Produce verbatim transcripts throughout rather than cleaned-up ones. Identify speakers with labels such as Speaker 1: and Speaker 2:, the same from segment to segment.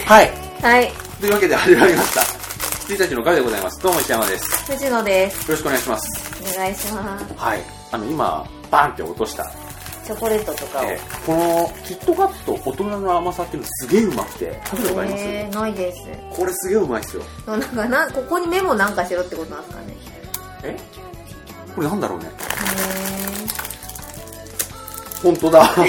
Speaker 1: はい。
Speaker 2: はい。
Speaker 1: というわけで始まりました。ついたちの会でございます。どうも石山です。
Speaker 2: 藤野です。
Speaker 1: よろしくお願いします。
Speaker 2: お願いします。
Speaker 1: はい。あの、今、バンって落とした。
Speaker 2: チョコレートとかを。
Speaker 1: えー、この、キットカット大人の甘さっていうのすげえうまくて、食べたことあります？
Speaker 2: えー、ないです。
Speaker 1: これすげえうまいっすよ。
Speaker 2: なんかな、ここにメモなんかしろってことなんですかね。
Speaker 1: えこれなんだろうね。へ
Speaker 2: ー。
Speaker 1: ほんとだ。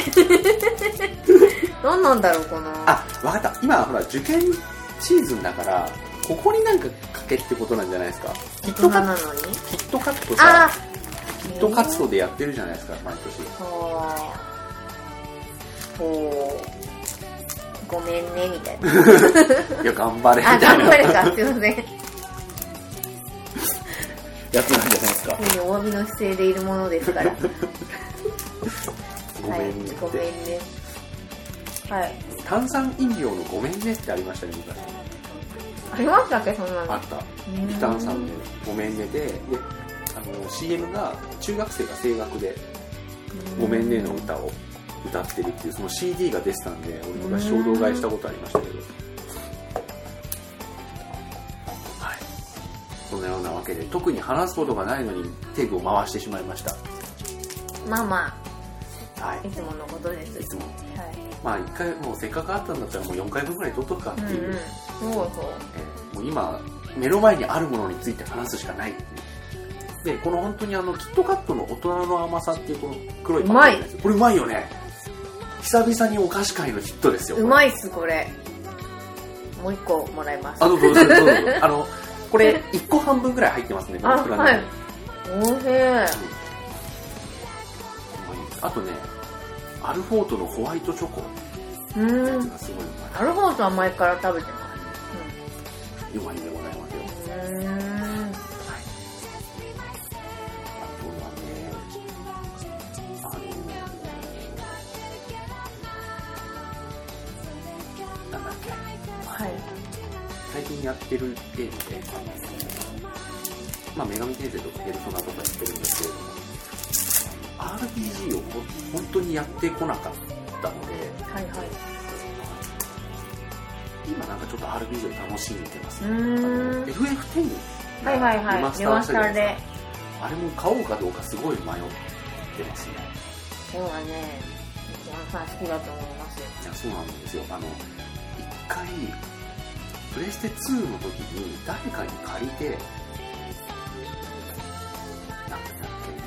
Speaker 2: 何なんだろう、この。
Speaker 1: あ、わかった。今、ほら、受験シーズンだから、ここになんかかけってことなんじゃないですか。
Speaker 2: キットカットなのに
Speaker 1: キットカットさ、キットカットでやってるじゃないですか、毎年。
Speaker 2: はあ。ほう。ごめんね、みたいな。
Speaker 1: いや、頑張れ、みたいな。
Speaker 2: あ、頑張れか、すいません。
Speaker 1: やつなんじゃないですか。
Speaker 2: お詫びの姿勢でいるものですから。
Speaker 1: ごめんね、はい、
Speaker 2: ごめんね。はい。
Speaker 1: 炭酸飲料のごめんねってありましたね、昔。
Speaker 2: ありましたっけ、そんなの。
Speaker 1: あった。微炭酸でごめんねで、で、あの シーエム が中学生が声楽でごめんねの歌を歌ってるっていうその シーディー が出てたんで、俺昔衝動買いしたことありましたけど。はい。そんなようなわけで、特に話すことがないのにテープを回してしまいました。
Speaker 2: まあまあ、
Speaker 1: はい。
Speaker 2: いつものことです。
Speaker 1: いつも。
Speaker 2: はい。
Speaker 1: まあ一回もうせっかくあったんだったらもうよんかいぶんぐらい撮っとくかっていう。うんうん、
Speaker 2: そうそう。
Speaker 1: えー、もう今目の前にあるものについて話すしかないっていう。でこの本当にあのキットカットの大人の甘さっていうこの黒いパッケージです。これうまいよね。久々にお菓子界のヒットですよ。
Speaker 2: うまいっすこれ。もう一個もらいます。
Speaker 1: あどうぞどうぞどうぞ。あのこれいっこはんぶんぐらい入ってますね。
Speaker 2: あはい。おいしい。
Speaker 1: あとね。アルフォートのホワイトチョコ
Speaker 2: うん。
Speaker 1: やつがすごいうまい。
Speaker 2: アルフォートは前から食べてます。
Speaker 1: うん。うまいでございますよ。
Speaker 2: うん。はい。
Speaker 1: あとはね、あのなんだっけ。
Speaker 2: はい。
Speaker 1: 最近やってるゲームで、あのまあ女神転生とかペルソナとかやってるんですけれども。アールピージー を本当にやってこなかったので、
Speaker 2: はいはい、
Speaker 1: 今なんかちょっと アールピージー を楽しんでますね。
Speaker 2: うーん
Speaker 1: エフエフテン
Speaker 2: はいはいはい、リマスターで
Speaker 1: あれも買おうかどうかすごい迷ってますね。
Speaker 2: そうだね、石山さん好きだと思いますよ。
Speaker 1: いやそうなんですよ。あの一回プレステツーの時に誰かに借りてなんだっけ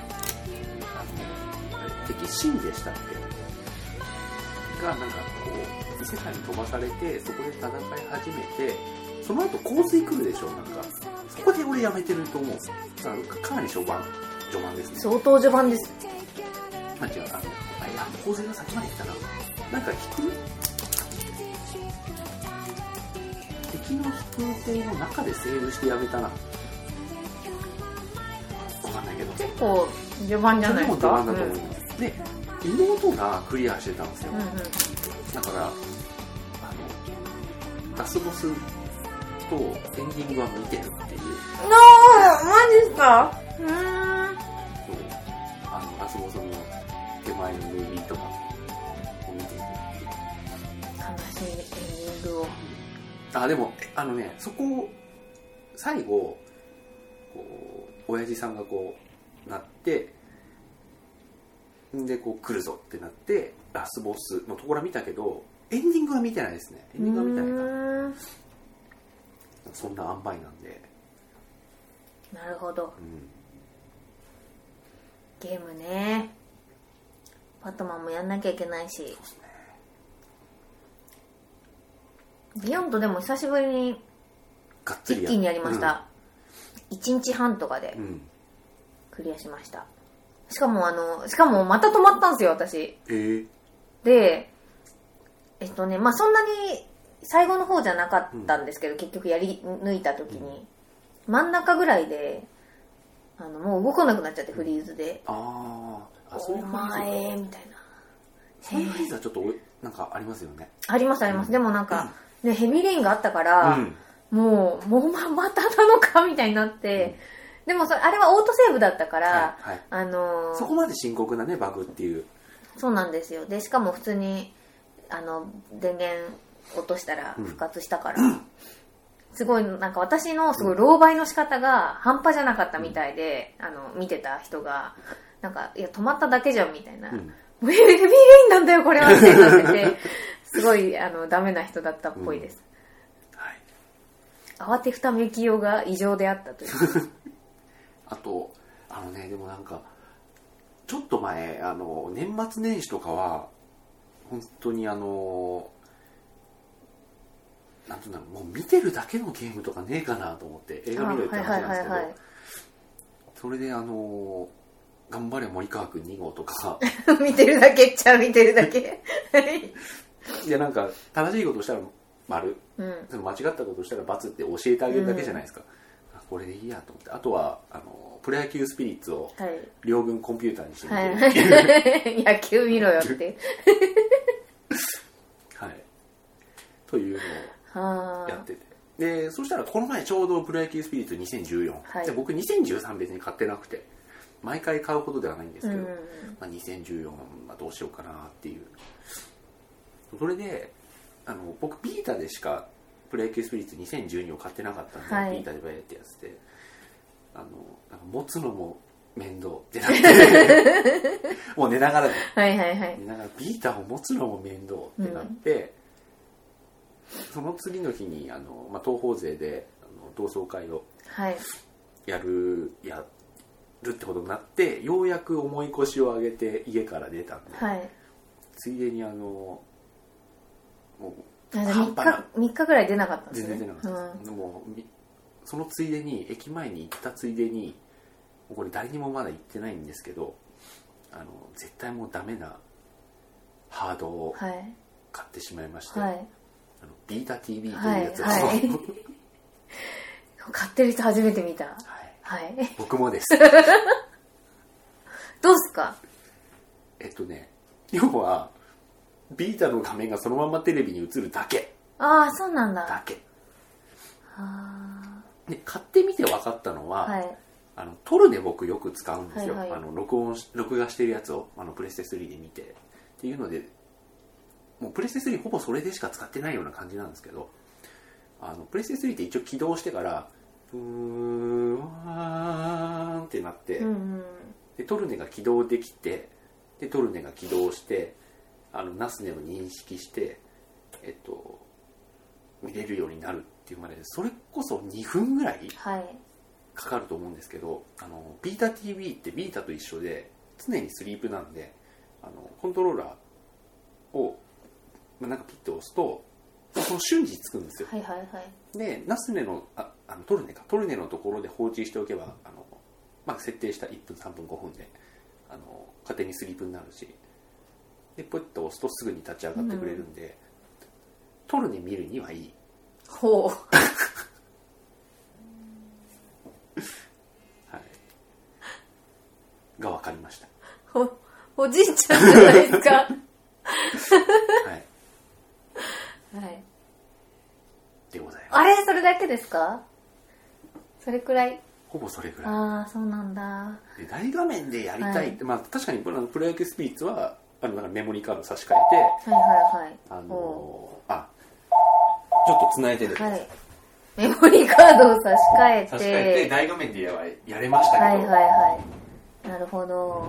Speaker 1: 敵シンでしたっけがなんかこう異世界に飛ばされてそこで戦い始めてその後洪水来るでしょ。なんかそこで俺やめてると思う。か, かなり序盤序盤ですね。
Speaker 2: 相当序盤です。
Speaker 1: あ違うあのあいや洪水が先まで来たな。なんか引く敵の引く手の中でセーブしてやめたな。わかんないけど
Speaker 2: 結構序盤じゃないですか。
Speaker 1: 序盤だと思います。うんで妹がクリアしてたんですよ、うんうん、だからあのラスボスとエンディングは見てるっていう。
Speaker 2: のーマジっすか。うーんそう
Speaker 1: あのラスボスの手前のムービーとかを見てる
Speaker 2: 悲しいエンディングを。
Speaker 1: あでもあのねそこを最後こう親父さんがこうなってでこう来るぞってなってラスボスのところは見たけどエンディングは見てないですね。エンディングは見てないかな。そんな塩梅なんで。
Speaker 2: なるほど、うん、ゲームね。パットマンもやんなきゃいけないし。そうですね。ビヨンドでも久しぶりに一気にやりました、うん、いちにちはんとかでクリアしました。しかもあの、しかもまた止まったんですよ、私。
Speaker 1: えー、
Speaker 2: で、えっとね、まあそんなに最後の方じゃなかったんですけど、うん、結局やり抜いた時に、うん、真ん中ぐらいで、あの、もう動かなくなっちゃって、フリーズで。
Speaker 1: ああ、
Speaker 2: お前、みたいな。
Speaker 1: そういうフリーズはちょっと、なんかありますよね。
Speaker 2: ありますあります。うん、でもなんか、ね、ヘビーレインがあったから、うん、もう、もうま、またなのかみたいになって、うん、でもそれ、あれはオートセーブだったから、はいはい、あのー、
Speaker 1: そこまで深刻なね、バグっていう。
Speaker 2: そうなんですよ。で、しかも普通に、あの、電源落としたら
Speaker 1: うん
Speaker 2: 復活したから、すごいなんか私のすごい狼狽の仕方が半端じゃなかったみたいで、あの見てた人がなんかいや止まっただけじゃんみたいな、
Speaker 1: うん、
Speaker 2: もうヘビーレインなんだよこれはってなっててすごいあのダメな人だったっぽいです、うんはい、慌てふためきようが異常であったという
Speaker 1: あとあのねでもなんかちょっと前あの年末年始とかは本当にあのなんていうのもう見てるだけのゲームとかねえかなと思って映画見るって話なんですけど、それであの頑張れ森川くんに号とか
Speaker 2: 見てるだけっちゃ見てるだけ
Speaker 1: いやなんか正しいことしたら丸、
Speaker 2: うん、
Speaker 1: 間違ったことしたら×って教えてあげるだけじゃないですか、うん、これでいいやと思って、あとはあのプロ野球スピリッツを両軍コンピューターにしてみて、
Speaker 2: はい、野球見ろよって
Speaker 1: はいというのをやってて、でそしたらこの前ちょうどプロ野球スピリッツにせんじゅうよん、はい、で僕にせんじゅうさん別に買ってなくて毎回買うことではないんですけど、うんまあ、にせんじゅうよんはどうしようかなっていう、それであの僕ビータでしかプロ野球スピリッツにせんじゅうにを買ってなかったんで、はい、ビータでバイってやつであのなんか持つのも面倒ってなってもう寝ながらで、
Speaker 2: はいはいはい、
Speaker 1: 寝ながらビータを持つのも面倒ってなって、うん、その次の日にあの、まあ、東宝勢であの同窓会をやる、はい、やるってことになって、ようやく重い腰を上げて家から出たんで、はい、ついでにあのも
Speaker 2: う半端なみっかぐらい出なかったんですね。
Speaker 1: 全然出なかったです、うん、もうそのついでに駅前に行ったついでにこれ誰にもまだ言ってないんですけど、あの絶対もうダメなハードを買ってしまいまして、はい、あのビータ ティーブイ というやつを、はいはい、
Speaker 2: 買ってる人初めて見た、はい
Speaker 1: はい、僕もです
Speaker 2: どうすか？
Speaker 1: えっとね要はビータの画面がそのままテレビに映るだけ。
Speaker 2: ああそうなんだ。
Speaker 1: だけ。
Speaker 2: は
Speaker 1: で買ってみて分かったのは、はい、あのトルネ僕よく使うんですよ、はいはい、あの録音録画してるやつをあのプレステスリーで見てっていうので、もうプレステスリーほぼそれでしか使ってないような感じなんですけど、あのプレステスリーって一応起動してからうーんわーんってなって、うんうん、でトルネが起動できて、でトルネが起動してあのナスネを認識してえっと見れるようになるっていうまでで、それこそにふんぐらいかかると思うんですけど、はい、あのビータ ティーブイ ってビータと一緒で常にスリープなんで、あのコントローラーを、まあ、なんかピッと押すとその瞬時つくんですよ、
Speaker 2: はいはいはい、で
Speaker 1: ナスネのああのトルネかトルネのところで放置しておけばあの、まあ、設定したいっぷんさんぷんごふんであの勝手にスリープになるし、でポイッと押すとすぐに立ち上がってくれるんで、うん、トルネ見るにはいい。
Speaker 2: ほう
Speaker 1: はいが分かりました。
Speaker 2: お, おじいちゃんじゃないですかはい、はい、
Speaker 1: でございます。
Speaker 2: あれそれだけですか？それくらい？
Speaker 1: ほぼそれくらい。
Speaker 2: ああそうなんだ。
Speaker 1: で大画面でやりたいって、はい、まあ確かにプロ野球スピリッツはあのなんかメモリーカード差し替えて、
Speaker 2: はいはいはい、
Speaker 1: あのー、あちょっとつないでる、
Speaker 2: はい、メモリーカードを差し替えて
Speaker 1: 差し替えて大画面で や, やれましたけど、
Speaker 2: はいはいはい、なるほど。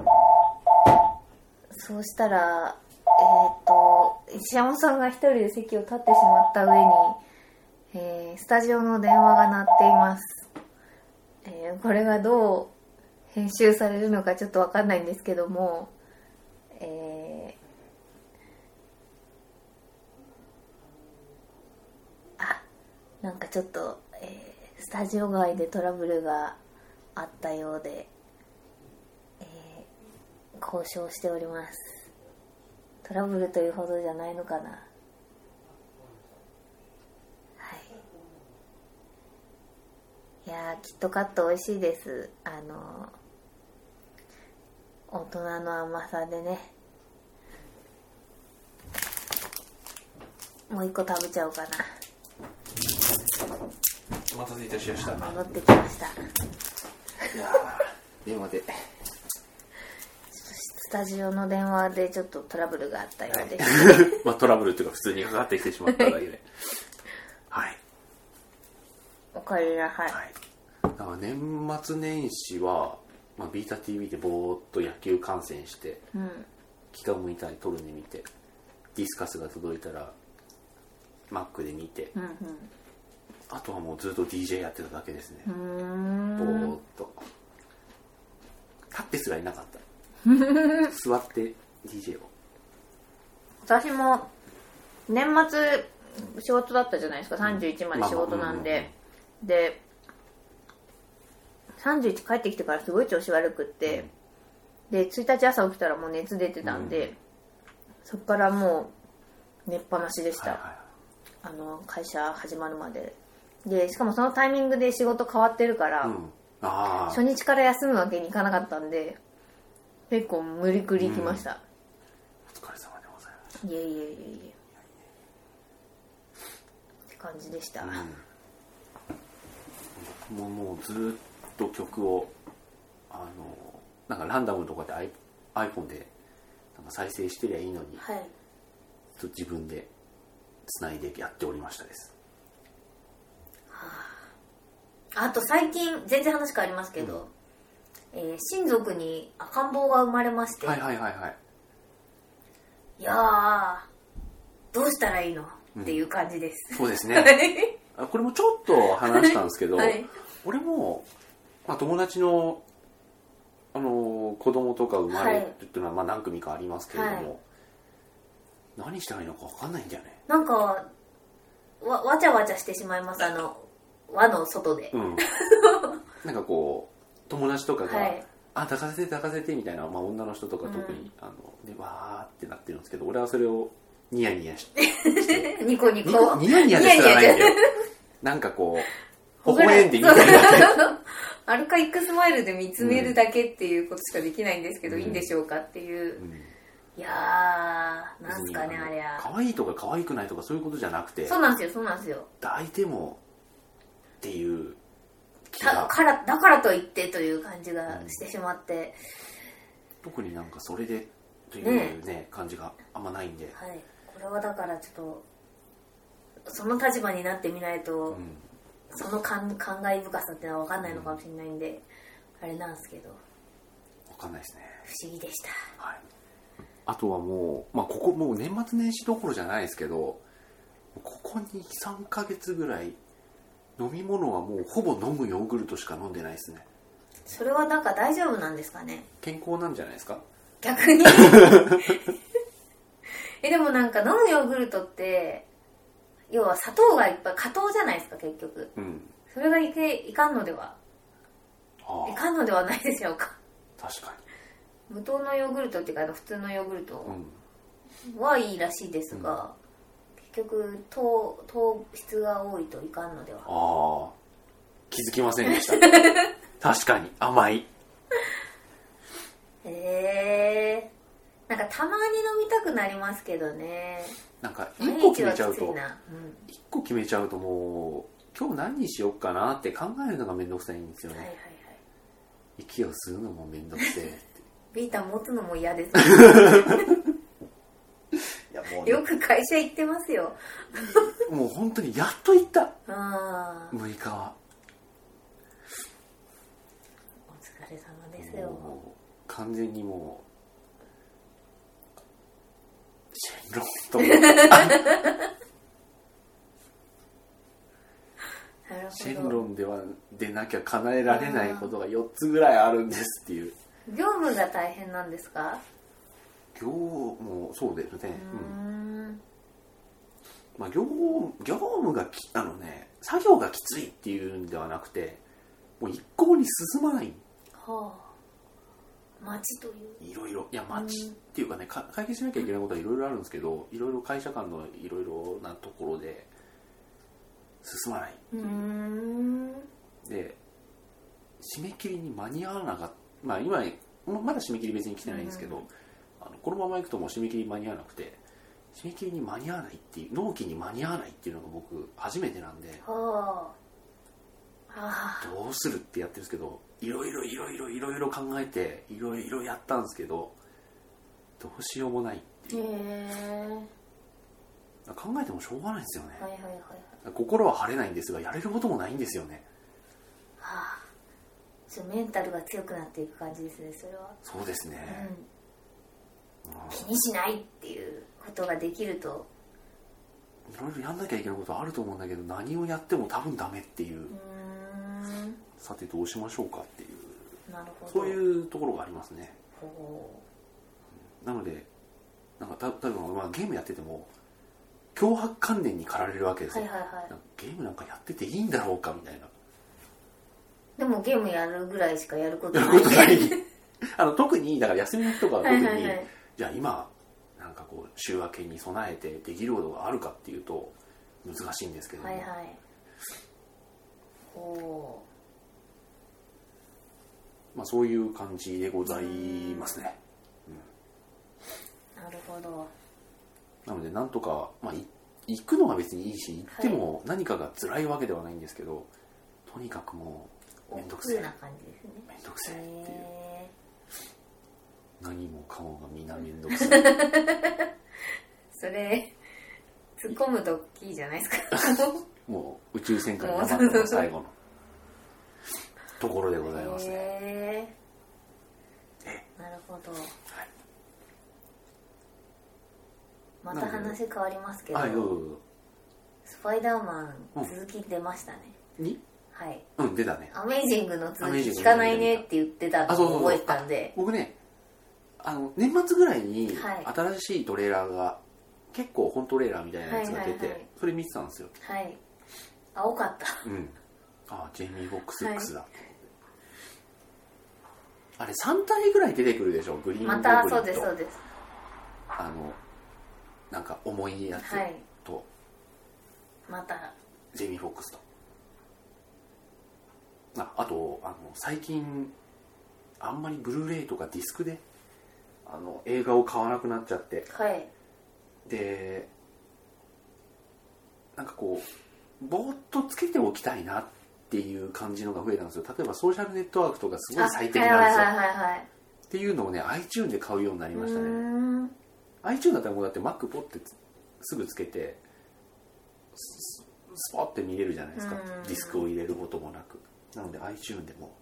Speaker 2: そうしたらえっ、ー、と石山さんが一人で席を立ってしまった上に、えー、スタジオの電話が鳴っています、えー、これがどう編集されるのかちょっと分かんないんですけども、えー、あ、なんかちょっと、えー、スタジオ外でトラブルがあったようで、えー、交渉しております。トラブルというほどじゃないのかな。はい。いやー、キットカット美味しいです。あの大人の甘さでね。もう一個食べちゃおうかな。
Speaker 1: お待たせいたしました。
Speaker 2: 戻ってきました。
Speaker 1: いやー電話で
Speaker 2: スタジオの電話でちょっとトラブルがあったようです、
Speaker 1: はい、まあトラブルっていうか普通にかかってきてしまっただけではい
Speaker 2: おかえりなさい、
Speaker 1: はい、だから年末年始は、まあ、ビータ ティーブイ でぼーっと野球観戦して、うん、気が向いたり撮るね見てディスカスが届いたらマックで見て、うんうん、あとはもうずっと ディージェー やってただけですね。うーんぼーっと立ってすらいなかった座って ディージェー を。
Speaker 2: 私も年末仕事だったじゃないですか。さんじゅういちまで仕事なんで、でさんじゅういち帰ってきてからすごい調子悪くって、うん、でついたち朝起きたらもう熱出てたんで、うん、そっからもう寝っぱなしでした、はいはい、あの会社始まるまでで、しかもそのタイミングで仕事変わってるから、うん、あ初日から休むわけにいかなかったんで結構無理くり来ました、
Speaker 1: うん、お疲れ様でございます。
Speaker 2: いえいえいえいえって感じでした、うん、
Speaker 1: 僕ももうずっと曲をあのなんかランダムとかで iPhone でなんか再生してりゃいいのに、はい、と自分でつないでやっておりましたです、
Speaker 2: はあ、あと最近全然話変わりますけど、うんえー、親族に赤ん坊が生まれまして、
Speaker 1: はいはいはいはい、
Speaker 2: いやーどうしたらいいの、うん、っていう感じです。
Speaker 1: そうですねこれもちょっと話したんですけど、はい、俺も、まあ、友達の、あのー、子供とか生まれるっていうのはまあ何組かありますけれども、はい、何したらいいのか分かんないんじゃない？
Speaker 2: なんか わ, わちゃわちゃしてしまいます。あの輪の外で、うん、
Speaker 1: なんかこう友達とかが、はい、あ抱かせて抱かせてみたいな、まあ、女の人とか特に、うん、あのでわーってなってるんですけど、俺はそれをニヤニヤして
Speaker 2: ニコニコ
Speaker 1: ニヤニヤですらないんだよなんかこう微笑んでみたいな
Speaker 2: アルカイックスマイルで見つめるだけっていうことしかできないんですけど、うん、いいんでしょうかっていう、うん、いやーなんすかねあれや
Speaker 1: 可愛いとか可愛くないとかそういうことじゃなくて、
Speaker 2: そうなんですよそうなんですよ、
Speaker 1: 抱いてもっていう気
Speaker 2: がだからだからといってという感じがしてしまって、
Speaker 1: うん、特になんかそれでというね、ね感じがあんまないんで、
Speaker 2: はい、これはだからちょっとその立場になってみないと、うん、その感慨深さってのは分かんないのかもしれないんで、うん、あれなんですけど
Speaker 1: 分かんないですね、
Speaker 2: 不思議でした、
Speaker 1: はい、あとはもう、まあ、ここもう年末年始どころじゃないですけど、ここにさんかげつぐらい飲み物はもうほぼ飲むヨーグルトしか飲んでないですね。
Speaker 2: それはなんか大丈夫なんですかね。
Speaker 1: 健康なんじゃないですか
Speaker 2: 逆にえでもなんか飲むヨーグルトって要は砂糖がいっぱい果糖じゃないですか結局、うん、それがいけいかんのでは、はあ、いかんのではないでしょうか。
Speaker 1: 確か
Speaker 2: に無糖のヨーグルトっていうか普通のヨーグルトはいいらしいですが、うん、結局 糖, 糖質が多いといかんのでは。
Speaker 1: ああ気づきませんでした確かに甘い。
Speaker 2: へえー、なんかたまに飲みたくなりますけどね。
Speaker 1: なんかいっこ決めちゃうと、うん、いっこ決めちゃうともう今日何にしようかなって考えるのがめんどくさいんですよね。はいはいはい。息を吸うのもめんどくせえって
Speaker 2: ビータ持つのも嫌ですいやもう、ね、よく会社行ってますよ
Speaker 1: もう本当にやっと行ったあむいかは。
Speaker 2: お疲れ様ですよ。
Speaker 1: もう完全にもうシェンロンとシェンロンではでなきゃ叶えられないことがよっつぐらいあるんですっていう。
Speaker 2: 業務が大変なんですか？
Speaker 1: 業務そうですね。うん、まあ業業務がきあのね作業がきついっていうんではなくて、もう一向に進まない。はあ。
Speaker 2: 待という
Speaker 1: いろいろいや待ちっていうかね、解決しなきゃいけないことはいろいろあるんですけど、いろいろ会社間のいろいろなところで進まないっていう。うーんで締め切りに間に合わなかった。まあ今まだ締め切り別に来てないんですけど、あのこのままいくともう締め切り間に合わなくて、締め切りに間に合わないっていう納期に間に合わないっていうのが僕初めてなんで、はあはあ、どうするってやってるんですけど、いろいろいろいろいろいろ考えていろいろやったんですけどどうしようもないっていう、
Speaker 2: へ
Speaker 1: 考えてもしょうがないですよね、
Speaker 2: はいはいはいはい。
Speaker 1: 心は晴れないんですがやれることもないんですよね。
Speaker 2: はあ、ちょメンタルが強くなっていく感じですね、それは。
Speaker 1: そうですね、
Speaker 2: うん、気にしないっていうことができると、
Speaker 1: いろいろやんなきゃいけないことあると思うんだけど何をやっても多分ダメっていう、
Speaker 2: うーん、
Speaker 1: さてどうしましょうかっていう、
Speaker 2: なるほど、
Speaker 1: そういうところがありますね。
Speaker 2: ほ
Speaker 1: なのでなんかた多分、まあ、ゲームやってても脅迫観念に駆られるわけですよ、
Speaker 2: はいはいはい、
Speaker 1: なんかゲームなんかやってていいんだろうかみたいな。
Speaker 2: でもゲームやるぐらいしかやること
Speaker 1: や
Speaker 2: ない
Speaker 1: ることないあの特にだから休みの日とかは特に、
Speaker 2: はいはいはい、
Speaker 1: じゃあ今なんかこう週明けに備えてできることがあるかっていうと難しいんですけども、
Speaker 2: はいはい、ほ
Speaker 1: まあ、そういう感じでございますね、
Speaker 2: う、なるほど。
Speaker 1: なのでなんとか、まあ、い行くのは別にいいし行っても何かが辛いわけではないんですけど、はい、とにかくもうめんどくせえ
Speaker 2: な感じですね。
Speaker 1: めんどくせえっていう、
Speaker 2: へ
Speaker 1: 何もかもがみんなめんどくせえ
Speaker 2: それ突っ込むときじゃないですか
Speaker 1: もう宇宙戦艦ヤマトの最後のところでございますね。
Speaker 2: へー、なるほど、はい、また話変わりますけど、
Speaker 1: はい、どうぞどうぞ。
Speaker 2: スパイダーマン続き出ましたね、
Speaker 1: うん、に
Speaker 2: はい、
Speaker 1: うん、出たね。
Speaker 2: アメイジングの続き聞かないねって言ってたのを覚えてたんで、
Speaker 1: 僕ねあの年末ぐらいに新しいトレーラーが結構本トレーラーみたいなやつが出て、はいはいはい、それ見てたんですよ。
Speaker 2: はい、青かった。
Speaker 1: うん。あ、ジェイミー・フォックス X だ、はい、あれさん体ぐらい出てくるでしょ、グリーンゴブリンと。
Speaker 2: またそうですそうです。
Speaker 1: あのなんか重いやつと、はい、
Speaker 2: また
Speaker 1: ジェイミー・フォックスと、あ, あとあの最近あんまりブルーレイとかディスクであの映画を買わなくなっちゃって、
Speaker 2: はい、
Speaker 1: でなんかこうぼーっとつけておきたいなっていう感じのが増えたんですよ。例えばソーシャルネットワークとかすごい最適なんですよ、
Speaker 2: はいはいはいはい、
Speaker 1: っていうのをね iTunes で買うようになりましたね。iTunes だったらもうだって Mac ポッてすぐつけてスポッて見れるじゃないですか、ディスクを入れることもなく。なので iTunes でも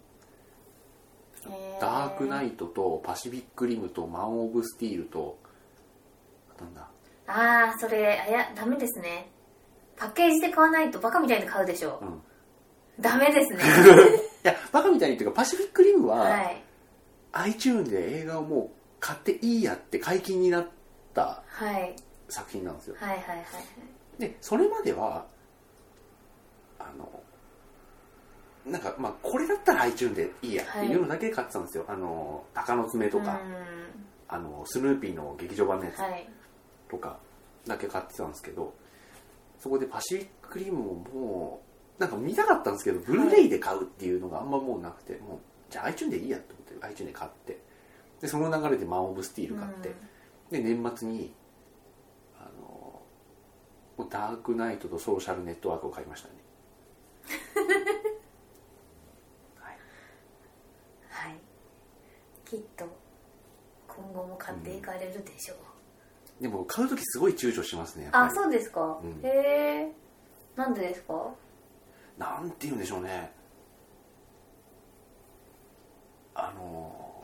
Speaker 1: ダークナイトとパシフィックリムとマン・オブ・スティールとなんだ、
Speaker 2: ああそれあやダメですね。パッケージで買わないとバカみたいに買うでしょ、うん、ダメですね
Speaker 1: いやバカみたいにっていうかパシフィックリムは、はい、iTunes で映画をもう買っていいやって解禁になった作品なんですよ、
Speaker 2: はい、はいはいはいはい。
Speaker 1: でそれまではあのなんかまあこれだったら iTunes でいいやっていうのだけ買ってたんですよ、はい、あの鷹の爪とかあのスヌーピーの劇場版のやつとかだけ買ってたんですけど、そこでパシフィックリムをもうなんか見たかったんですけどブルーレイで買うっていうのがあんまもうなくて、もうじゃあ iTunes でいいやと思って iTunes で買って、でその流れでマン・オブ・スティール買って、で年末にあのダークナイトとソーシャルネットワークを買いましたね
Speaker 2: きっと今後も買っていかれるでしょう、
Speaker 1: うん、でも買うときすごい躊躇しますねやっぱり。
Speaker 2: あ、そうですか、うん、へえ、なんでですか。
Speaker 1: なんて言うんでしょうね、あの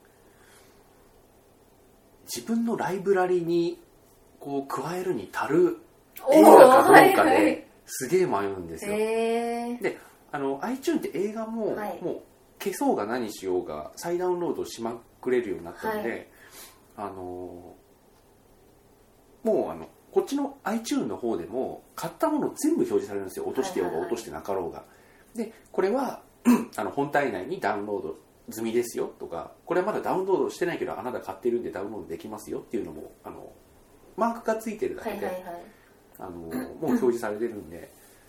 Speaker 1: 自分のライブラリにこう加えるに足る映画かどうかですげえ迷うんですよ。へであの iTunes って映画も、はい、もう消そうが何しようが再ダウンロードしまくれるようになったので、はい、あのもうあのこっちの iTunes の方でも買ったもの全部表示されるんですよ。落としてようが落としてなかろうが。でこれはあの本体内にダウンロード済みですよとか、これはまだダウンロードしてないけどあなた買ってるんでダウンロードできますよっていうのもあのマークがついてるだけで、はいはいはい、あのもう表示されてるんで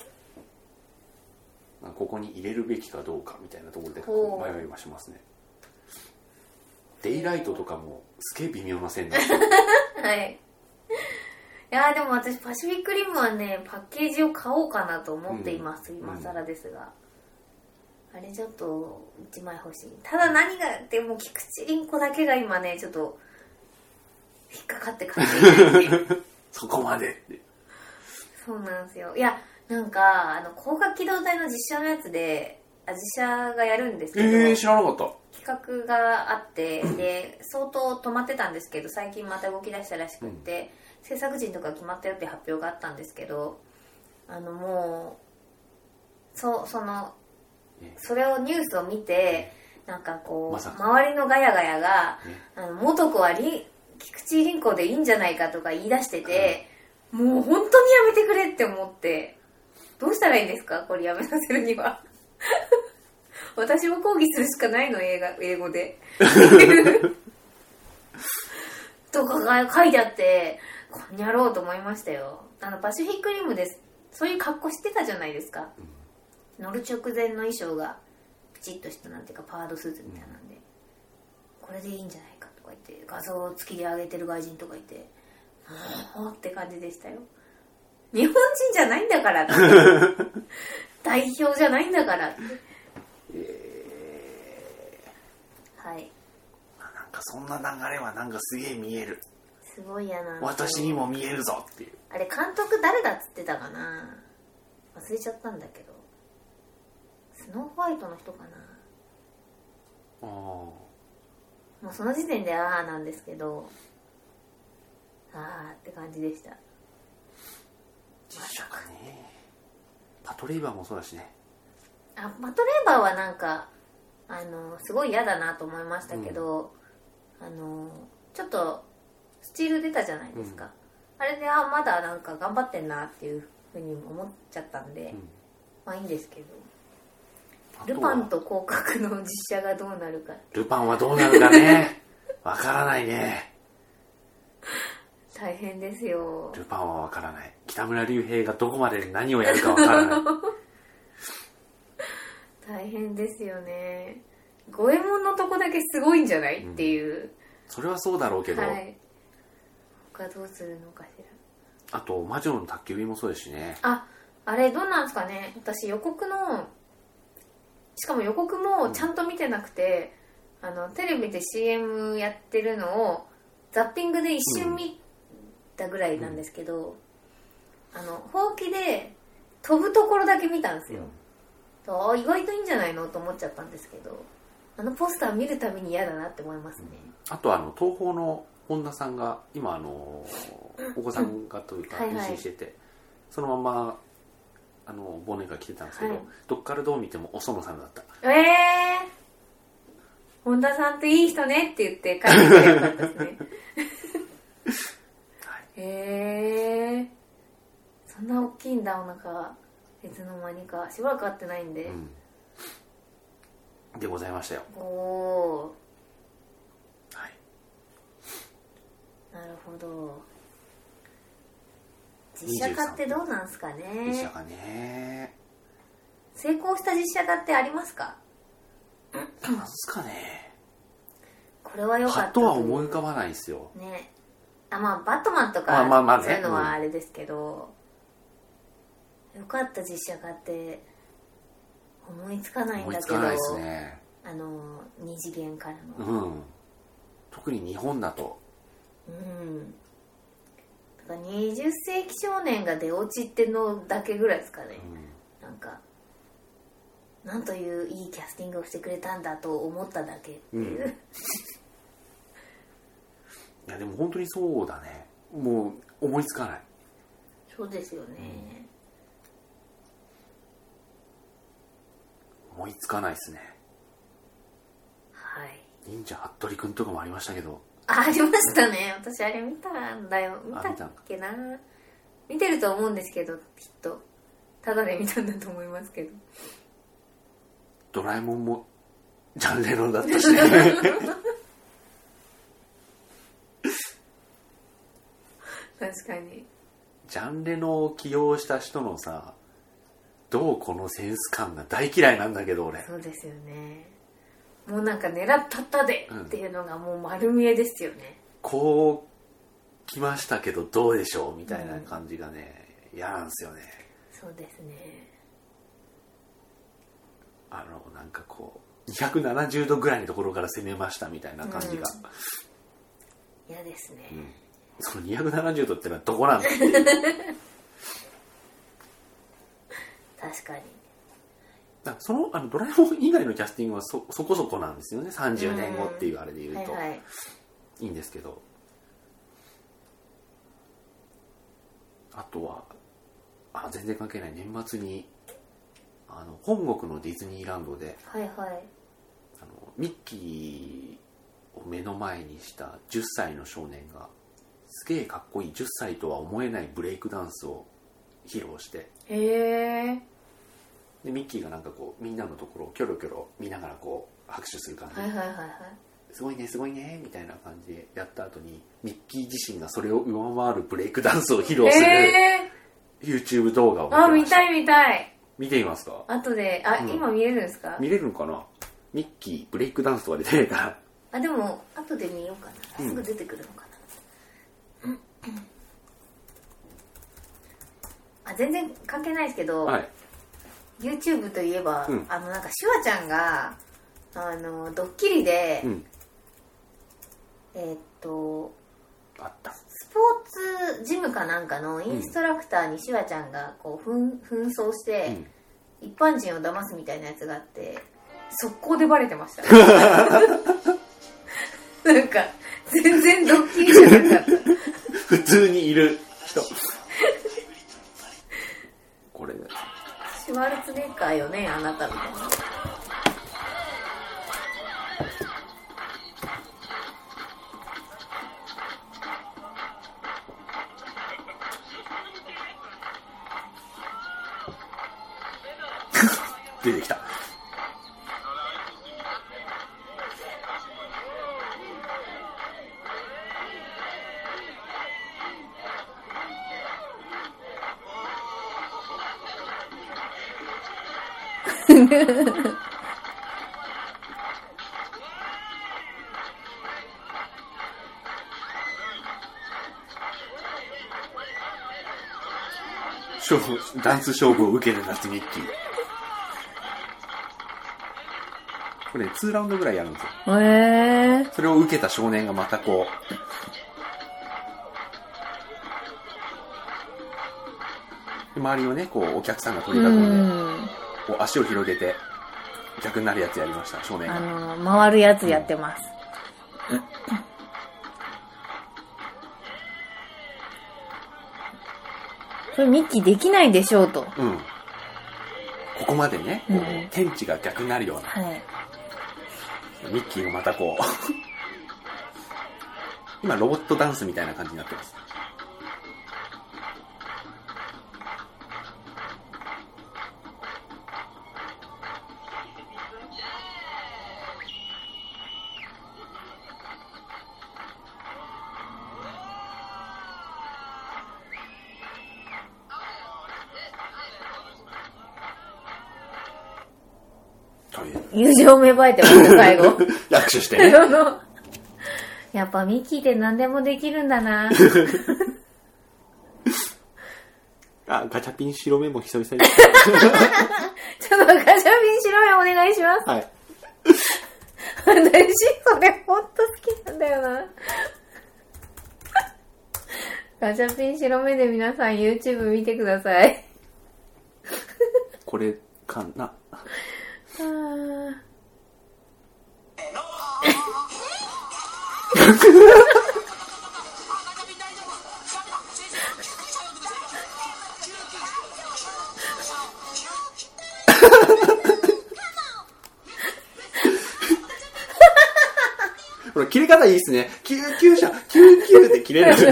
Speaker 1: ここに入れるべきかどうかみたいなところで迷いはしますね。デイライトとかもすげえ微妙な線なんですよ
Speaker 2: はいいやでも私パシフィックリムはねパッケージを買おうかなと思っています、うん、今更ですが、うん、あれちょっといちまい欲しい。ただ何がでも菊池凛子だけが今ねちょっと引っかかって買っていないって
Speaker 1: そこまでって
Speaker 2: そうなんですよ。いやなんかあの広角機動隊の実写のやつであ実写がやるんですけど、
Speaker 1: えー、知らなかった。
Speaker 2: 企画があってで相当止まってたんですけど最近また動き出したらしくって、うん、制作陣とか決まったよって発表があったんですけどあのもうそそのそれをニュースを見てなんかこう、ま、周りのガヤガヤがあの元子はり菊池凛子でいいんじゃないかとか言い出してて、うん、もう本当にやめてくれって思ってどうしたらいいんですかこれやめさせるには私も抗議するしかないの映画英語でとかが書いてあってこんにゃろうと思いましたよ。あのパシフィックリムですそういう格好してたじゃないですか、うん、乗る直前の衣装がピチッとしたなんていうかパワードスーツみたいなんで、うん、これでいいんじゃないかとか言って画像を突きで上げてる外人とかいてもうって感じでしたよ。日本人じゃないんだからって代表じゃないんだからって
Speaker 1: え
Speaker 2: ー、はい。
Speaker 1: なんかそんな流れはなんかすげえ見える。
Speaker 2: すごい嫌な。
Speaker 1: 私にも見えるぞっていう。
Speaker 2: あれ監督誰だっつってたかな。忘れちゃったんだけど。スノーホワイトの人かな。
Speaker 1: ああ。
Speaker 2: もうその時点でああなんですけど、ああって感じでした。
Speaker 1: 実写かね。パトレイバーもそうだしね。
Speaker 2: あパトレーバーはなんかあのすごい嫌だなと思いましたけど、うん、あのちょっとスチール出たじゃないですか、うん、あれであまだなんか頑張ってんなっていうふうに思っちゃったんで、うん、まあいいんですけどルパンと広角の実写がどうなるか
Speaker 1: ルパンはどうなるかねわからないね。
Speaker 2: 大変ですよ。
Speaker 1: ルパンはわからない。北村隆平がどこまで何をやるかわからない
Speaker 2: 大変ですよね。五右衛門のとこだけすごいんじゃない、うん、っていう。
Speaker 1: それはそうだろうけど、はい、
Speaker 2: 他どうするのかし
Speaker 1: ら。あと魔女の宅急便もそうですしね。
Speaker 2: あ、あれどうなんですかね。私予告のしかも予告もちゃんと見てなくて、うん、あのテレビで シーエム やってるのをザッピングで一瞬見たぐらいなんですけど、うん、あのほうきで飛ぶところだけ見たんですよ、うん、あ意外といいんじゃないのと思っちゃったんですけどあのポスター見るたびに嫌だなって思いますね、
Speaker 1: うん、あとあの東宝の本田さんが今あのお子さんがというか妊娠してて、はいはい、そのままあの忘年会来てたんですけど、はい、どっからどう見てもお園さんだった。
Speaker 2: えー本田さんっていい人ねって言って帰ってきてよかったですねへえー、そんな大きいんだお腹。いつの間にかしばらく会ってないんで、
Speaker 1: うん、でございましたよ。
Speaker 2: おお、
Speaker 1: はい、
Speaker 2: なるほど。実写化ってどうなんすかね。
Speaker 1: 実写化ね。
Speaker 2: 成功した実写化ってありますか。
Speaker 1: なんすかね。
Speaker 2: これは良かった
Speaker 1: パッとは思い浮かばないですよ
Speaker 2: ね。あまあバットマンとか、
Speaker 1: まあまあまあね、
Speaker 2: そういうのはあれですけど、うん、良かった実写化って思いつかないんだけど。思いつかないですね。あの二次元からの、
Speaker 1: うん、特に日本だと、
Speaker 2: うん、だからにじゅっ世紀少年が出落ちってのだけぐらいですかね、うん、なんかなんといういいキャスティングをしてくれたんだと思っただけっていう、うん、い
Speaker 1: やでも本当にそうだね。もう思いつかない。
Speaker 2: そうですよね、
Speaker 1: うん、思いつかないですね。
Speaker 2: はい。
Speaker 1: 忍者服部くんとかもありましたけど。
Speaker 2: あ、ありましたね。私あれ見たんだよ。見たっけな。見てると思うんですけど、きっとただで見たんだと思いますけど。
Speaker 1: ドラえもんもジャンレノだったしね
Speaker 2: 確かに
Speaker 1: ジャンレノを起用した人のさ、どうこのセンス感が大嫌いなんだけど俺。
Speaker 2: そうですよね。もうなんか狙ったったでっていうのがもう丸見えですよね、うん、
Speaker 1: こう来ましたけどどうでしょうみたいな感じがね、嫌、うん、なんですよね。
Speaker 2: そうですね。
Speaker 1: あのなんかこうにひゃくななじゅうどぐらいのところから攻めましたみたいな感じが
Speaker 2: 嫌、うん、ですね、
Speaker 1: そのにひゃくななじゅうどってのはどこなんだっていう
Speaker 2: 確かに。
Speaker 1: だそのあのドラえもん以外のキャスティングは そ, そこそこなんですよね。さんじゅうねんごっていうあれで言うと、
Speaker 2: はいはい、
Speaker 1: いいんですけど、あとはあ全然関係ない年末にあの本国のディズニーランドで、
Speaker 2: はいはい、
Speaker 1: あのミッキーを目の前にしたじゅっさいの少年がすげえかっこいいじゅっさいとは思えないブレイクダンスを披露して、
Speaker 2: へえ。
Speaker 1: でミッキーがなんかこうみんなのところをキョロキョロ見ながらこう拍手する感じで、
Speaker 2: はいはいはいはい、
Speaker 1: すごいねすごいねみたいな感じでやった後にミッキー自身がそれを上回るブレイクダンスを披露する YouTube 動画を見てました。
Speaker 2: あ、見たい見たい。
Speaker 1: 見てみますか？
Speaker 2: 後で、あ、うん、今見れるんですか？
Speaker 1: 見れるのかな。ミッキーブレイクダンスとか出てないから
Speaker 2: あ、でも後で見ようかな。すぐ出てくるのかな、うん、あ、全然関係ないですけど、はい、YouTube といえば、うん、あのなんかシュワちゃんがあのドッキリで、うん、えー、っと
Speaker 1: あった
Speaker 2: スポーツジムかなんかのインストラクターにシュワちゃんがこう紛争して、うん、一般人を騙すみたいなやつがあって速攻でバレてましたなんか全然ドッキリじゃなかった
Speaker 1: 普通にいる人これ
Speaker 2: シュワルツェネッガーよねあなたみたいな。
Speaker 1: 出てきた勝負ダンス勝負を受ける夏ミッキー。これにラウンドぐらいやるんですよ。
Speaker 2: へえ。
Speaker 1: それを受けた少年がまたこう周りをねこうお客さんが取り囲んでこう足を広げて逆になるやつやりました少年が。
Speaker 2: あのー、回るやつやってます。うん、それミッキーできないでしょうと。
Speaker 1: うん。ここまでね、こう、うん、天地が逆になるような。はい。ミッキーがまたこう今ロボットダンスみたいな感じになってます。
Speaker 2: 友情芽生えてます最後
Speaker 1: 握手してね
Speaker 2: やっぱミッキーって何でもできるんだな
Speaker 1: あ、ガチャピン白目も久々に
Speaker 2: ちょっとガチャピン白目お願いします。はい私それほんと好きなんだよなガチャピン白目で皆さん YouTube 見てください
Speaker 1: これかなあほら切れ方いいっすね。救急車救急で切れるあ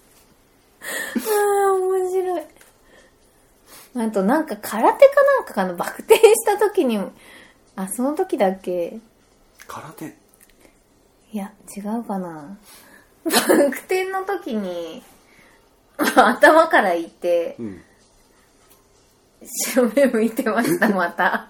Speaker 2: あ面白い。あとなんか空手かなんかかのバク転した時にあその時だっけ
Speaker 1: 空手
Speaker 2: いや違うかなバク転の時に頭からいって、うん、白目向いてましたまた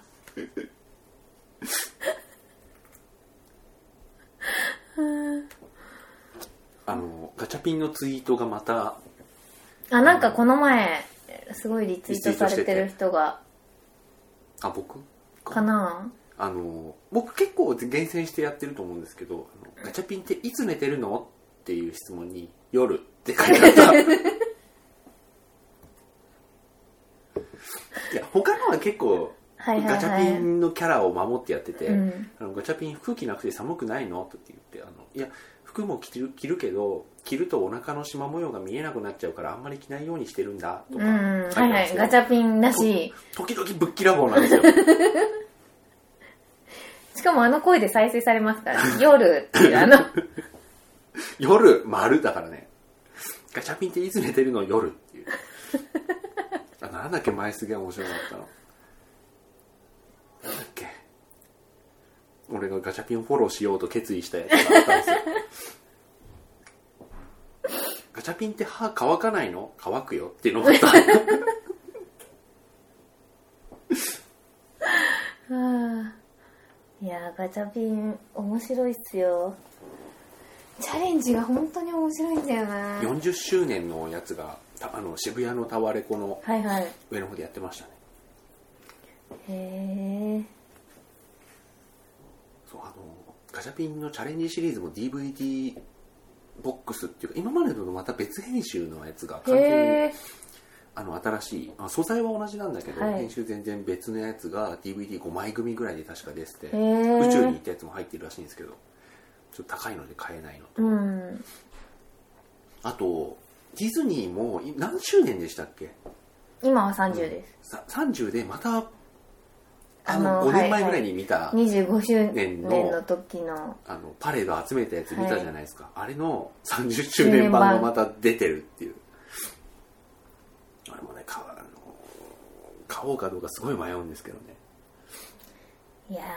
Speaker 1: あのガチャピンのツイートがまた
Speaker 2: あなんかこの前すごいリツイートされてる人が
Speaker 1: あ僕
Speaker 2: かな
Speaker 1: あの僕結構厳選してやってると思うんですけどあのガチャピンっていつ寝てるのっていう質問に夜っって書いてあったいや他のは結構
Speaker 2: はいはいはい、
Speaker 1: ガチャピンのキャラを守ってやってて、
Speaker 2: うん、
Speaker 1: あのガチャピン服着なくて寒くないのって言ってあのいや服も着る、着るけど着るとお腹の縞模様が見えなくなっちゃうからあんまり着ないようにしてるんだとか、うん、
Speaker 2: はいはい、ガチャピンらしい
Speaker 1: 時々ぶっきらぼうなんですよ
Speaker 2: しかもあの声で再生されますから、ね、夜っていうあの
Speaker 1: 夜丸だからね、ガチャピンっていつ寝てるの夜っていうあなんだっけ前すげえ面白かったのなんだっけ、俺がガチャピンをフォローしようと決意したやつがあったんですよガチャピンって歯乾かないの？乾くよっていうのがあったは
Speaker 2: あ、いやガチャピン面白いっすよ。チャレンジが本当に面白いんだよな。
Speaker 1: よんじゅっしゅうねんのやつがあの渋谷のタワレコの上の方でやってましたね、
Speaker 2: はいはい、へえ。
Speaker 1: そう、あのガチャピンのチャレンジシリーズも ディーブイディー ボックスっていうか今までのまた別編集のやつが完全にあの新しい、素材は同じなんだけど、はい、編集全然別のやつが ディーブイディーごまい組ぐらいで確か出てて、宇宙に行ったやつも入ってるらしいんですけどちょっと高いので買えないのと、うん、あとディズニーも何周年でしたっけ？
Speaker 2: 今はさんじゅうです、
Speaker 1: うん、さんじゅうでまたあのごねんまえぐらいに見た、はいはい、
Speaker 2: にじゅうごしゅうねんの時の
Speaker 1: あのパレード集めたやつ見たじゃないですか、はい、あれのさんじゅっしゅうねん版がまた出てるっていう。あれもね買おうかどうかすごい迷うんですけどね。
Speaker 2: いや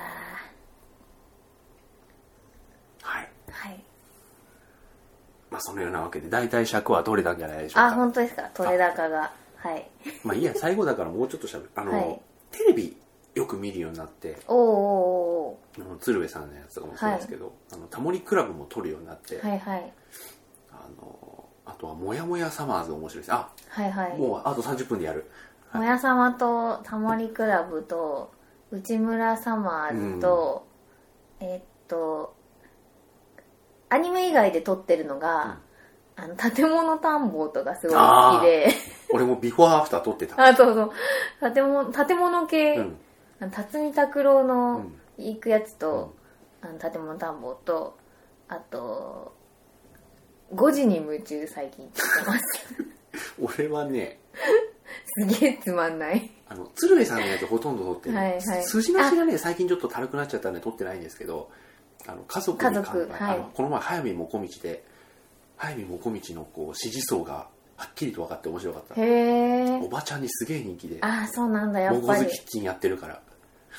Speaker 1: はい、
Speaker 2: はい、
Speaker 1: まあそのようなわけで大体尺は取れたんじゃないでしょうか。
Speaker 2: あ、本当ですか。取れ高が、はい。
Speaker 1: まあいいや、最後だからもうちょっとしゃべる。あの、はい、テレビよく見るようになって、
Speaker 2: おーお
Speaker 1: ーおー、鶴瓶さんのやつとかもそうですけど、はい、あのタモリクラブも撮るようになって、
Speaker 2: はいはい、
Speaker 1: あのあとはもやもやサマーズ面白いです。あ、
Speaker 2: はいはい、
Speaker 1: もうあとさんじゅっぷんでやる。
Speaker 2: はい、もやさまとタモリクラブと内村サマーズと、うん、えー、っとアニメ以外で撮ってるのが、うん、あの建物探訪とかすごい好きで
Speaker 1: 俺もビフォーアフター撮ってた。
Speaker 2: あ、そうそう、建物、建物系、うん、あの辰巳拓郎の行くやつと、うん、あの建物探訪と、あとごじに夢中最近撮ってます
Speaker 1: 俺はね
Speaker 2: すげえつまんない。
Speaker 1: あの鶴瓶さんのやつほとんど撮ってる、
Speaker 2: はいはい、
Speaker 1: 筋なしがね最近ちょっと軽くなっちゃったんで撮ってないんですけど、あの家族に乾杯、はい、あのこの前早見もこみちで早見もこみちのこう支持層がはっきりと分かって面白かった。
Speaker 2: へー、
Speaker 1: おばちゃんにすげえ人気で。
Speaker 2: あ、そうなんだ、やっぱり
Speaker 1: モゴズキッチンやってるから。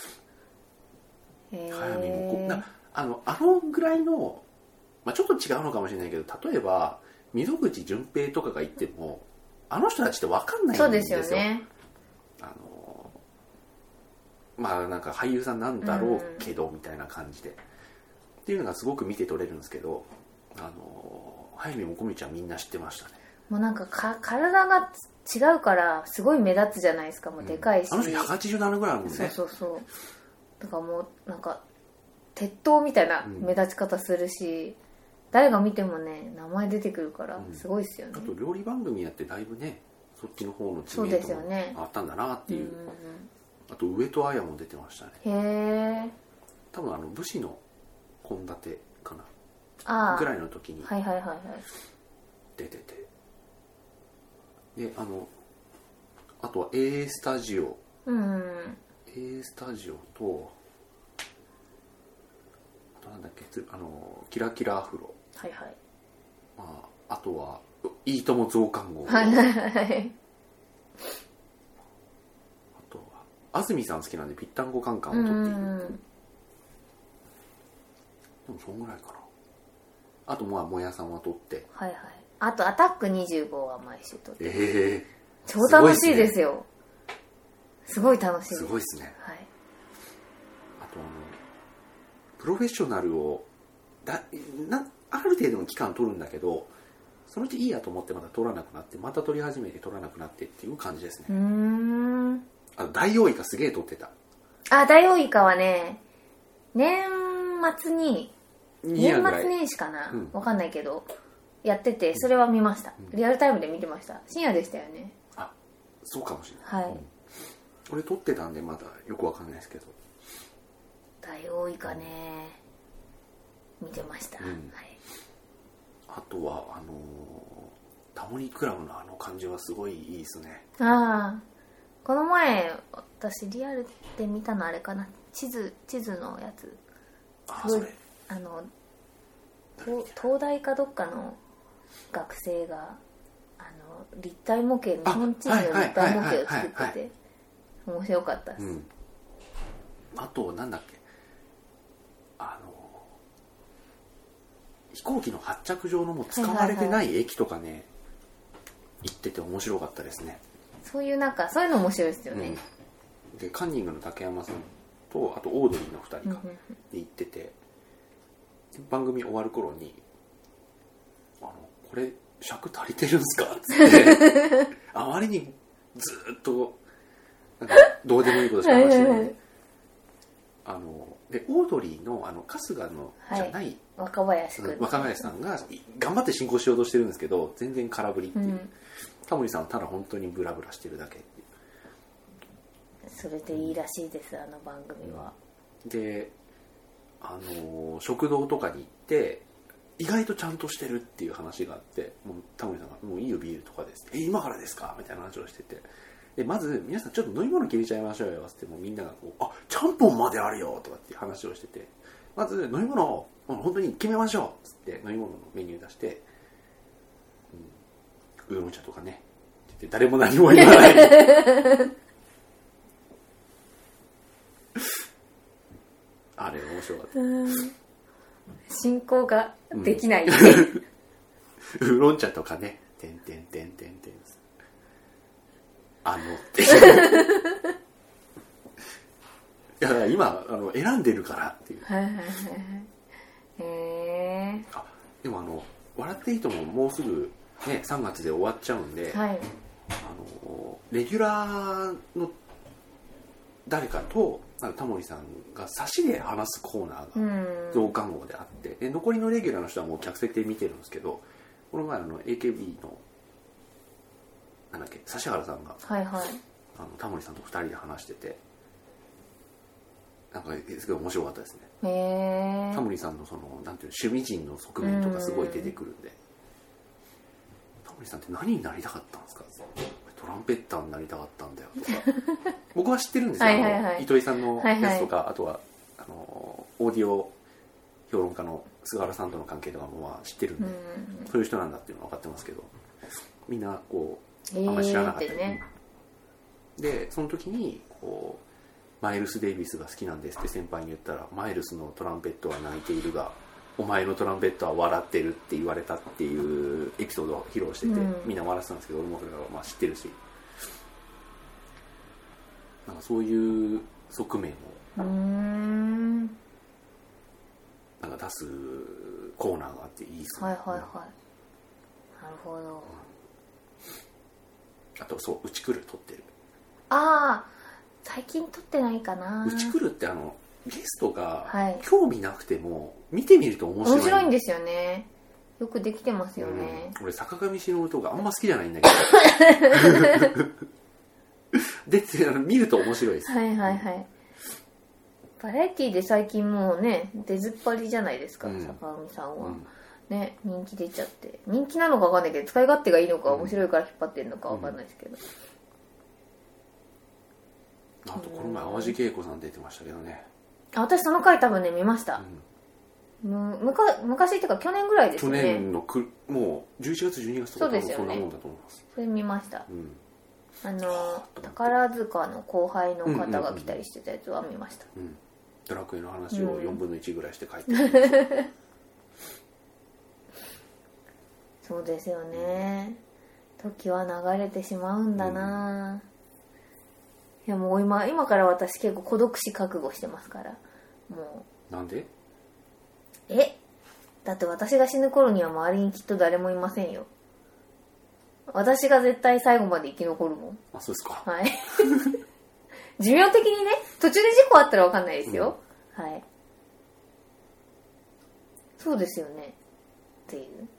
Speaker 2: へー、
Speaker 1: 早見もこなあのあのぐらいの、まあ、ちょっと違うのかもしれないけど、例えば溝口淳平とかが言ってもあの人たちって分かんないんですよ。
Speaker 2: そうですよね。
Speaker 1: あのまあなんか俳優さんなんだろうけど、うん、みたいな感じでっていうのがすごく見て取れるんですけど、あの早見もこみちはみんな知ってましたね。
Speaker 2: もうなんか、か体が違うからすごい目立つじゃないですか。もうでかいし、うん、
Speaker 1: あの人ひゃくはちじゅうななぐらいあるもんね。
Speaker 2: そうそうそう、だからもうなんか鉄塔みたいな目立ち方するし、うん、誰が見てもね名前出てくるからすごいですよね、
Speaker 1: うん、あと料理番組やってだいぶねそっちの方の知名度もあったんだなっていう、うんうんうん、あと上戸彩も出てましたね。
Speaker 2: へえ。
Speaker 1: 多分あの武士の献立かな
Speaker 2: あ
Speaker 1: ぐらいの時に
Speaker 2: はいはいはいはい
Speaker 1: 出てて、であのあとは A スタジオ、
Speaker 2: うんうん、
Speaker 1: A スタジオとあとなんだっけ、あのキラキラアフロ、
Speaker 2: はいはい、
Speaker 1: まあ、あとはいいとも増刊号、
Speaker 2: はいはいはい、
Speaker 1: あとは安住さん好きなんでぴったんこカンカンを撮っている、うん、でもそんぐらいかな。あとまあもやさんは撮って、
Speaker 2: はいはい、あとアタックにじゅうごは毎週撮って、
Speaker 1: えー、
Speaker 2: 超楽しいですよ。すごい楽しいです。
Speaker 1: すごいですね。
Speaker 2: はい。
Speaker 1: あとあのプロフェッショナルをだなある程度の期間取るんだけど、そのうちいいやと思ってまた取らなくなってまた取り始めて取らなくなってっていう感じですね。
Speaker 2: うーん。
Speaker 1: あのダイオウイカすげえ取ってた。
Speaker 2: あ、ダイオウイカはね年末に年末年始かな、うん、わかんないけどやってて、それは見ました、
Speaker 1: うん、
Speaker 2: リアルタイムで見てました。深夜でしたよね。
Speaker 1: あ、そうかもしれない、
Speaker 2: はい、うん、
Speaker 1: 俺撮ってたんでまだよくわかんないですけど、
Speaker 2: ダイオウイカね見てました、
Speaker 1: うん、はい、あとはあのー、タモリクラブのあの感じはすごいいいですね。
Speaker 2: ああ、この前私リアルで見たのあれかな、地図地図のやつ。
Speaker 1: あ、それ
Speaker 2: あの東大かどっかの学生があの立体模型、日本地図の立体模型を作ってて面白かったです、うん、
Speaker 1: あとなんだっけ、あの飛行機の発着場のもう使われてない駅とかね、はいはいはい、行ってて面白かったですね。
Speaker 2: そういうなんかそういうの面白いですよね、
Speaker 1: うん、でカンニングの竹山さんとあとオードリーのふたりがで行ってて、番組終わる頃にあのこれ尺足りてるんすかっつってあまりにずっとなんかどうでもいいことしか話してない、あのでオードリーのあの春日のじゃない、はい、
Speaker 2: 若林君、
Speaker 1: 若林さんが頑張って進行しようとしてるんですけど全然空振りっていう、うん、タモリさんはただ本当にブラブラしてるだけっていう。
Speaker 2: それでいいらしいです、あの番組は。
Speaker 1: であの食堂とかに行って意外とちゃんとしてるっていう話があって、もうタモリさんがもういいよビールとかです、え今からですかみたいな話をしてて、でまず皆さんちょっと飲み物切れちゃいましょうよってもうみんながこうあちゃんぽんまであるよとかっていう話をしてて、まず飲み物を本当に決めましょうっつって飲み物のメニュー出して、うん、ウーロン茶とかねって言って誰も何も言わないあれ面白かった。
Speaker 2: 進行ができない、うん、
Speaker 1: ウーロン茶とかね、てんてんてんてんてん、あのっていやだから今あの選んでるからっていう。
Speaker 2: はいはいはいはい。へえ。
Speaker 1: あ、でもあの笑っていいとももうすぐねさんがつで終わっちゃうんで、
Speaker 2: はい、
Speaker 1: あのレギュラーの誰かとタモリさんが差しで話すコーナーが増刊号であって、で残りのレギュラーの人はもう客席で見てるんですけど、この前あの エーケービー のなんだっけ指原さんが、
Speaker 2: はいはい、
Speaker 1: あのタモリさんとふたりで話してて、なんかすごい面白かったですね。
Speaker 2: へー。
Speaker 1: タモリさんのそのなんていう趣味人の側面とかすごい出てくるんで、タモリさんって何になりたかったんですか？トランペッターになりたかったんだよとか僕は知ってるんですよ、
Speaker 2: はいはいはい、
Speaker 1: 糸井さんのやつとか、はいはい、あとはあのオーディオ評論家の菅原さんとの関係とかもまあ知ってるんで、うんそういう人なんだっていうのは分かってますけど、みんなこうあんまり知らなかったり、ね、でその時にこうマイルス・デイビスが好きなんですって先輩に言ったら、マイルスのトランペットは泣いているがお前のトランペットは笑ってるって言われたっていうエピソードを披露してて、うん、みんな笑ってたんですけど、俺もそれはまあ知ってるし、なんかそういう側面を
Speaker 2: うーん
Speaker 1: なんか出すコーナーがあっていいですね。
Speaker 2: はいはいはい、なるほど、うん、
Speaker 1: あとそう、うちくる撮ってる。
Speaker 2: ああ最近撮ってないかな。
Speaker 1: うちくるってあのゲストが興味なくても見てみると面白い、
Speaker 2: 面白いんですよね。よくできてますよね、
Speaker 1: うん、俺坂上忍とかあんま好きじゃないんだけどで見ると面白いです。
Speaker 2: はいはいはい。バラエティで最近もうね出ずっぱりじゃないですか、うん、坂上さんは、うん、ね人気出ちゃって、人気なのか分かんないけど使い勝手がいいのか面白いから引っ張ってるのか分かんないですけど、
Speaker 1: うん、あとこの前淡路恵子さん出てましたけどね。
Speaker 2: あ、私その回多分ね見ました、うん、むむか昔っていうか去年ぐらいですよね。
Speaker 1: 去年のくもうじゅういちがつじゅうにがつとか多分そんなもんだと思います。
Speaker 2: それ見ました、うん、あの宝塚の後輩の方が来たりしてたやつは見ました、
Speaker 1: うんうんうん、ドラクエの話をよんぶんのいちぐらいして書いてる、
Speaker 2: うん、そうですよね、時は流れてしまうんだな、うん、いやもう 今, 今から私結構孤独死覚悟してますから。も
Speaker 1: うなんで？
Speaker 2: えだって私が死ぬ頃には周りにきっと誰もいませんよ。私が絶対最後まで生き残るもん。
Speaker 1: あ、そうですか。
Speaker 2: はい寿命的にね、途中で事故あったら分かんないですよ、うん、はい。そうですよねっていう。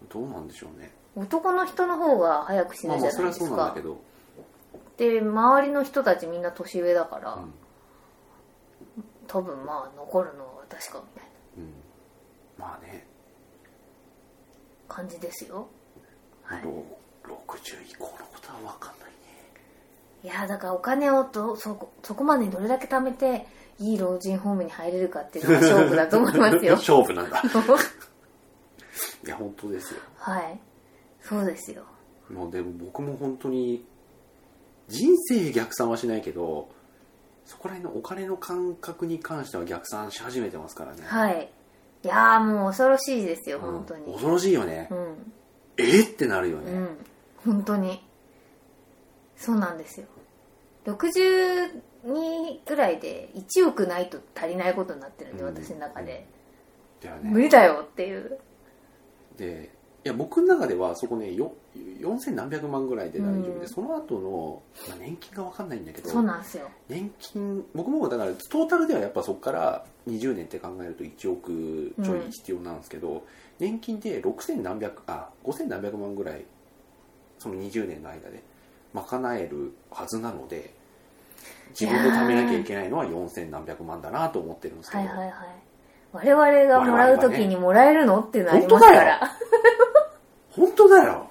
Speaker 1: どうなんでしょうね。
Speaker 2: 男の人の方が早く死ぬじゃないですか。
Speaker 1: まあまあそれはそうなんだけど。
Speaker 2: で周りの人たちみんな年上だから、
Speaker 1: うん、
Speaker 2: 多分まあ残るのは私かみたいな、うん、
Speaker 1: まあね
Speaker 2: 感じですよ。はい、
Speaker 1: ろくじゅう以降のことは分かんないね。
Speaker 2: いやだからお金をと そ, そこまでどれだけ貯めていい老人ホームに入れるかっていうのが勝負だと思いますよ。
Speaker 1: 勝負なんだ。いや本当ですよ。
Speaker 2: はいそうですよ。
Speaker 1: もうでも僕も本当に人生逆算はしないけど、そこら辺のお金の感覚に関しては逆算し始めてますからね。
Speaker 2: はい。いやーもう恐ろしいですよ、うん、本当に。
Speaker 1: 恐ろしいよね。
Speaker 2: うん、
Speaker 1: えってなるよね。
Speaker 2: うん、本当にそうなんですよ。ろくじゅうにくらいでいちおくないと足りないことになってるんで、うん、私の中で、うんだよね、無理だよっていう。
Speaker 1: でいや僕の中ではそこねよよんせん何百万ぐらいで大丈夫で、うん、その後の、まあ、年金が分かんないんだけど、
Speaker 2: そうなんですよ。
Speaker 1: 年金僕もだからトータルではやっぱそこからにじゅうねんって考えるといちおくちょい必要なんですけど、うん、年金でろくせん何百あごせん何百万ぐらいそのにじゅうねんの間で賄えるはずなので、自分で貯めなきゃいけないのはよんせん何百万だなと思ってるんですけど、
Speaker 2: はいはいはい、我々がもらう時にもらえるのっていうのありますから。
Speaker 1: 本当だよ。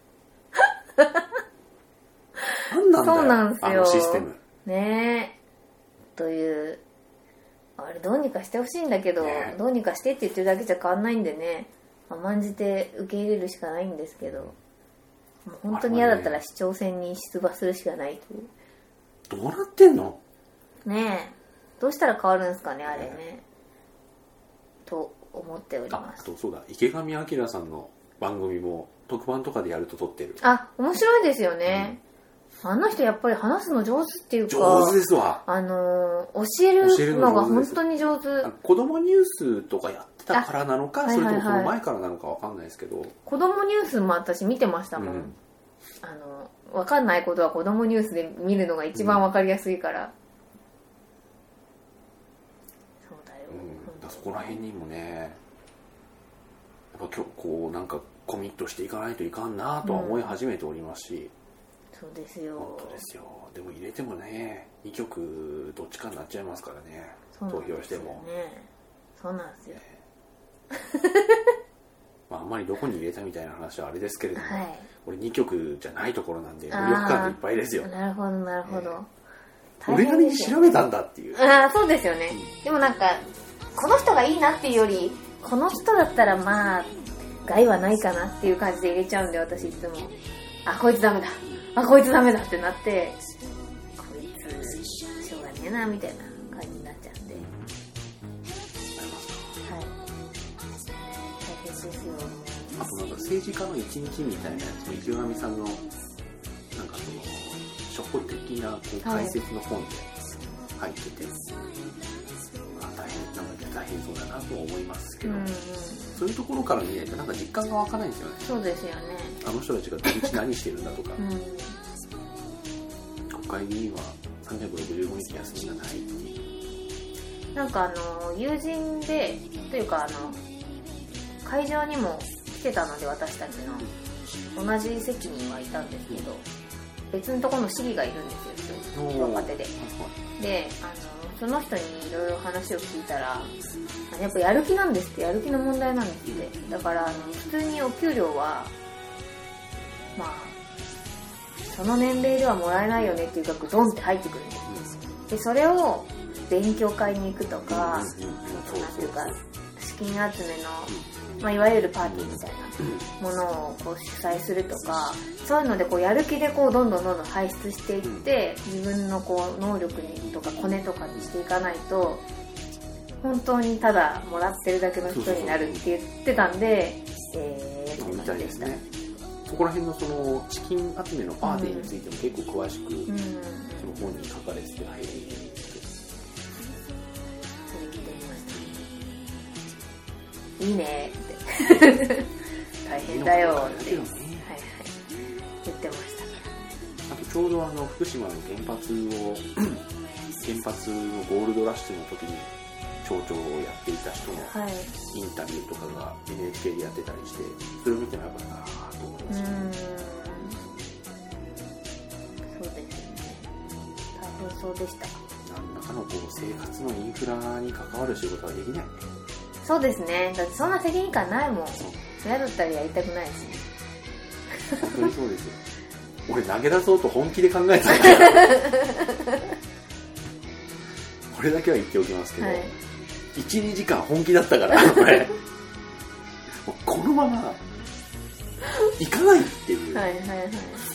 Speaker 1: 何なんだよ。
Speaker 2: そうなんですよ。
Speaker 1: あのシステム。
Speaker 2: ねえ。という。あれどうにかしてほしいんだけど、ね、どうにかしてって言ってるだけじゃ変わんないんでね。甘んじて受け入れるしかないんですけど。もう本当に嫌だったら市長選に出馬するしかないという。
Speaker 1: どうなってんの？
Speaker 2: ねえ。どうしたら変わるんですかね、あれね。ねと思っております。
Speaker 1: あ、あとそうだ。池上彰さんの番組も特番とかでやると撮ってる。
Speaker 2: あ、面白いですよね、うん、あの人やっぱり話すの上手っていうか、
Speaker 1: 上手ですわ。
Speaker 2: あのー、教えるのが本当に上手。
Speaker 1: 子供ニュースとかやってたからなのか、はいはいはい、それともその前からなのか分かんないですけど、
Speaker 2: 子供ニュースも私見てましたもん、うん、あの分かんないことは子供ニュースで見るのが一番分かりやすいから、うん、そうだよ、
Speaker 1: うん、だそこら辺にもねやっぱ今日こうなんかコミットしていかないといかんなとは思い始めておりますし、
Speaker 2: うん、そうですよ。
Speaker 1: 本当ですよ。でも入れてもねにきょくどっちかになっちゃいますからね、投票しても。
Speaker 2: そうなんですよ、ね、
Speaker 1: まあ、あんまりどこに入れたみたいな話はあれですけれども、
Speaker 2: はい、
Speaker 1: 俺にきょくじゃないところなんで無力感がいっぱいですよ。
Speaker 2: なるほどなるほど、
Speaker 1: えー、俺なりに調べたんだっていう。
Speaker 2: ああそうですよね、うん、でもなんかこの人がいいなっていうよりこの人だったらまあ害はないかなっていう感じで入れちゃうんで、私いつもあこいつダメだあこいつダメだってなってこいつしょうがねえなみたいな感じになっちゃうんで、はい大変ですよ。
Speaker 1: あとなんか政治家の一日みたいなやつも池上さんのなんかその初歩的なこう解説の本で入ってて、はい、あ大変なんか大変そうだなと思いますけど、うんうん、そういうところから見ないとなんか実感が湧かないんですよね。
Speaker 2: そうですよね。
Speaker 1: あの人たちが土日何してるんだとか、うん、国会議員はさんびゃくろくじゅうごにち休みがないっていう。
Speaker 2: なんかあの友人でというかあの会場にも来てたので私たちの同じ席にはいたんですけど、別のところの市議がいるんですよ、若手で。であのその人にいろいろ話を聞いたらやっぱやる気なんですって、やる気の問題なんですって。だからあの普通にお給料はまあその年齢ではもらえないよねっていう額ドンって入ってくるんです。でそれを勉強会に行くとか、なんていうか資金集めの、まあ、いわゆるパーティーみたいなものをこう主催するとか、そういうのでこうやる気でこうどんどんどんどん輩出していって、自分のこう能力にとかコネとかにしていかないと本当にただもらってるだけの人になるって言ってたんで、えーって感じでした。
Speaker 1: そこら辺のその資金集めのパーティーについても結構詳しく、うん、その本に書かれてて入っている。
Speaker 2: いいねって大変だよって、はいはい、言ってました。
Speaker 1: あとちょうどあの福島の原発を原発のゴールドラッシュの時に町長をやっていた人の
Speaker 2: はい
Speaker 1: インタビューとかが エヌエイチケー でやってたりして、それを見てもやっぱなと思いました。
Speaker 2: うーんそうですよね、大変そうでした。
Speaker 1: 何らかのこう生活のインフラに関わる仕事はできない。
Speaker 2: そうですね、だってそんな責任感ないもん。嫌だったらやりたくないし。
Speaker 1: 本当にそうですよ。俺投げ出そうと本気で考えてたからこれだけは言っておきますけど、はい、いち、にじかん本気だったからこれこのまま行かないっていう。はいはいはい。そうね。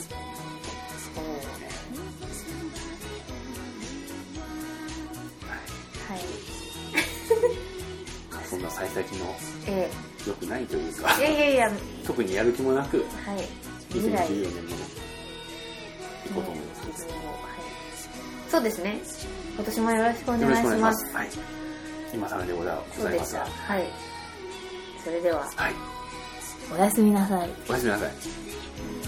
Speaker 1: はい。そんな幸先の良くないというか、ええ、いやいやいや特にやる気もなく、はい、にせんじゅうよねんも行こうと思います、ね。はい、そうですね。今年もよろしくお願いします。よろしくお願いします。はい。今更でございますが、はい。それでは、はい、おやすみなさい。おやすみなさい。